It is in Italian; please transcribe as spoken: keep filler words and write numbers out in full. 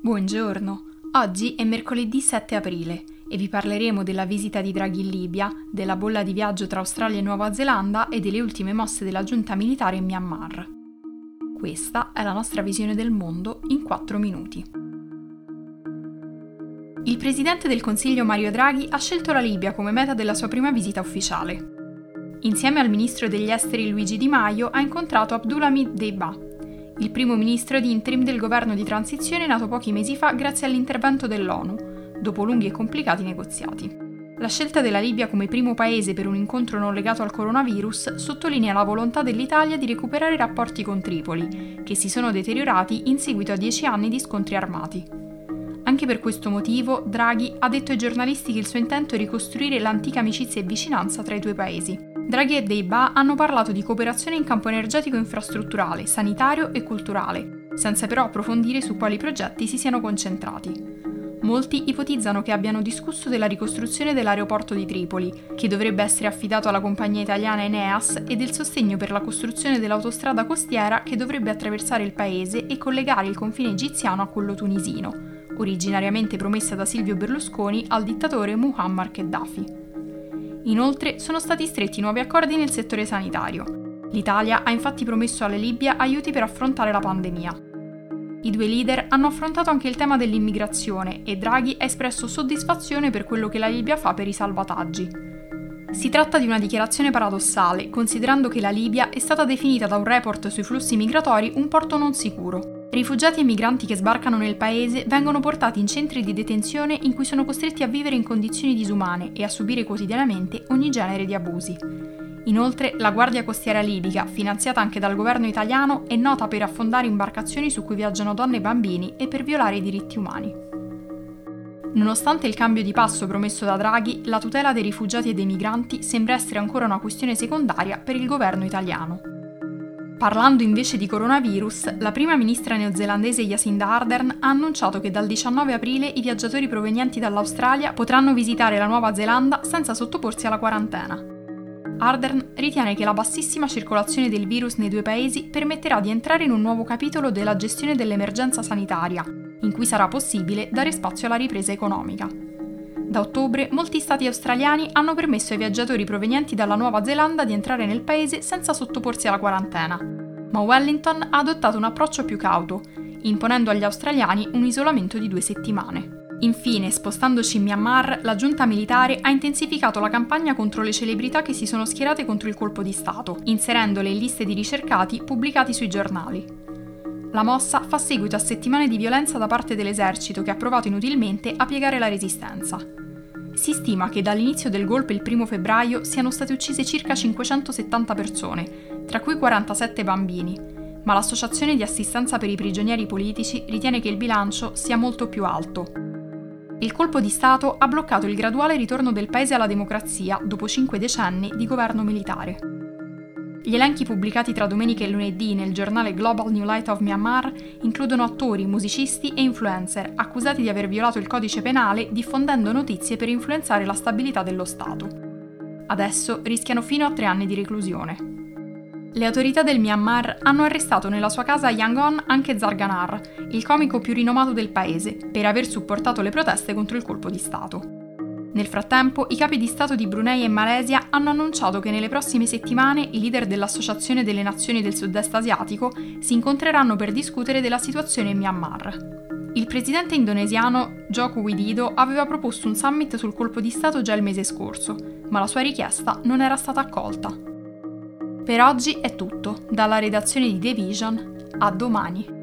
Buongiorno, oggi è mercoledì sette aprile e vi parleremo della visita di Draghi in Libia, della bolla di viaggio tra Australia e Nuova Zelanda e delle ultime mosse della giunta militare in Myanmar. Questa è la nostra visione del mondo in quattro minuti. Il presidente del Consiglio Mario Draghi ha scelto la Libia come meta della sua prima visita ufficiale. Insieme al ministro degli esteri Luigi Di Maio ha incontrato Abdulhamid Deiba, il primo ministro ad interim del governo di transizione nato pochi mesi fa grazie all'intervento dell'ONU, dopo lunghi e complicati negoziati. La scelta della Libia come primo paese per un incontro non legato al coronavirus sottolinea la volontà dell'Italia di recuperare i rapporti con Tripoli, che si sono deteriorati in seguito a dieci anni di scontri armati. Anche per questo motivo, Draghi ha detto ai giornalisti che il suo intento è ricostruire l'antica amicizia e vicinanza tra i due paesi. Draghi e Deiba hanno parlato di cooperazione in campo energetico e infrastrutturale, sanitario e culturale, senza però approfondire su quali progetti si siano concentrati. Molti ipotizzano che abbiano discusso della ricostruzione dell'aeroporto di Tripoli, che dovrebbe essere affidato alla compagnia italiana Eneas, e del sostegno per la costruzione dell'autostrada costiera che dovrebbe attraversare il paese e collegare il confine egiziano a quello tunisino, originariamente promessa da Silvio Berlusconi al dittatore Muammar Gheddafi. Inoltre sono stati stretti nuovi accordi nel settore sanitario. L'Italia ha infatti promesso alla Libia aiuti per affrontare la pandemia. I due leader hanno affrontato anche il tema dell'immigrazione e Draghi ha espresso soddisfazione per quello che la Libia fa per i salvataggi. Si tratta di una dichiarazione paradossale, considerando che la Libia è stata definita da un report sui flussi migratori un porto non sicuro. Rifugiati e migranti che sbarcano nel paese vengono portati in centri di detenzione in cui sono costretti a vivere in condizioni disumane e a subire quotidianamente ogni genere di abusi. Inoltre, la Guardia Costiera libica, finanziata anche dal governo italiano, è nota per affondare imbarcazioni su cui viaggiano donne e bambini e per violare i diritti umani. Nonostante il cambio di passo promesso da Draghi, la tutela dei rifugiati e dei migranti sembra essere ancora una questione secondaria per il governo italiano. Parlando invece di coronavirus, la prima ministra neozelandese Jacinda Ardern ha annunciato che dal diciannove aprile i viaggiatori provenienti dall'Australia potranno visitare la Nuova Zelanda senza sottoporsi alla quarantena. Ardern ritiene che la bassissima circolazione del virus nei due paesi permetterà di entrare in un nuovo capitolo della gestione dell'emergenza sanitaria, in cui sarà possibile dare spazio alla ripresa economica. Da ottobre molti stati australiani hanno permesso ai viaggiatori provenienti dalla Nuova Zelanda di entrare nel paese senza sottoporsi alla quarantena, ma Wellington ha adottato un approccio più cauto, imponendo agli australiani un isolamento di due settimane. Infine, spostandoci in Myanmar, la giunta militare ha intensificato la campagna contro le celebrità che si sono schierate contro il colpo di Stato, inserendole in liste di ricercati pubblicati sui giornali. La mossa fa seguito a settimane di violenza da parte dell'esercito che ha provato inutilmente a piegare la resistenza. Si stima che dall'inizio del golpe il primo febbraio siano state uccise circa cinquecentosettanta persone, tra cui quarantasette bambini, ma l'Associazione di assistenza per i prigionieri politici ritiene che il bilancio sia molto più alto. Il colpo di Stato ha bloccato il graduale ritorno del paese alla democrazia dopo cinque decenni di governo militare. Gli elenchi pubblicati tra domenica e lunedì nel giornale Global New Light of Myanmar includono attori, musicisti e influencer accusati di aver violato il codice penale diffondendo notizie per influenzare la stabilità dello Stato. Adesso rischiano fino a tre anni di reclusione. Le autorità del Myanmar hanno arrestato nella sua casa a Yangon anche Zarganar, il comico più rinomato del paese, per aver supportato le proteste contro il colpo di Stato. Nel frattempo, i capi di Stato di Brunei e Malesia hanno annunciato che nelle prossime settimane i leader dell'Associazione delle Nazioni del Sud-Est Asiatico si incontreranno per discutere della situazione in Myanmar. Il presidente indonesiano Joko Widodo aveva proposto un summit sul colpo di Stato già il mese scorso, ma la sua richiesta non era stata accolta. Per oggi è tutto, dalla redazione di The Vision, a domani.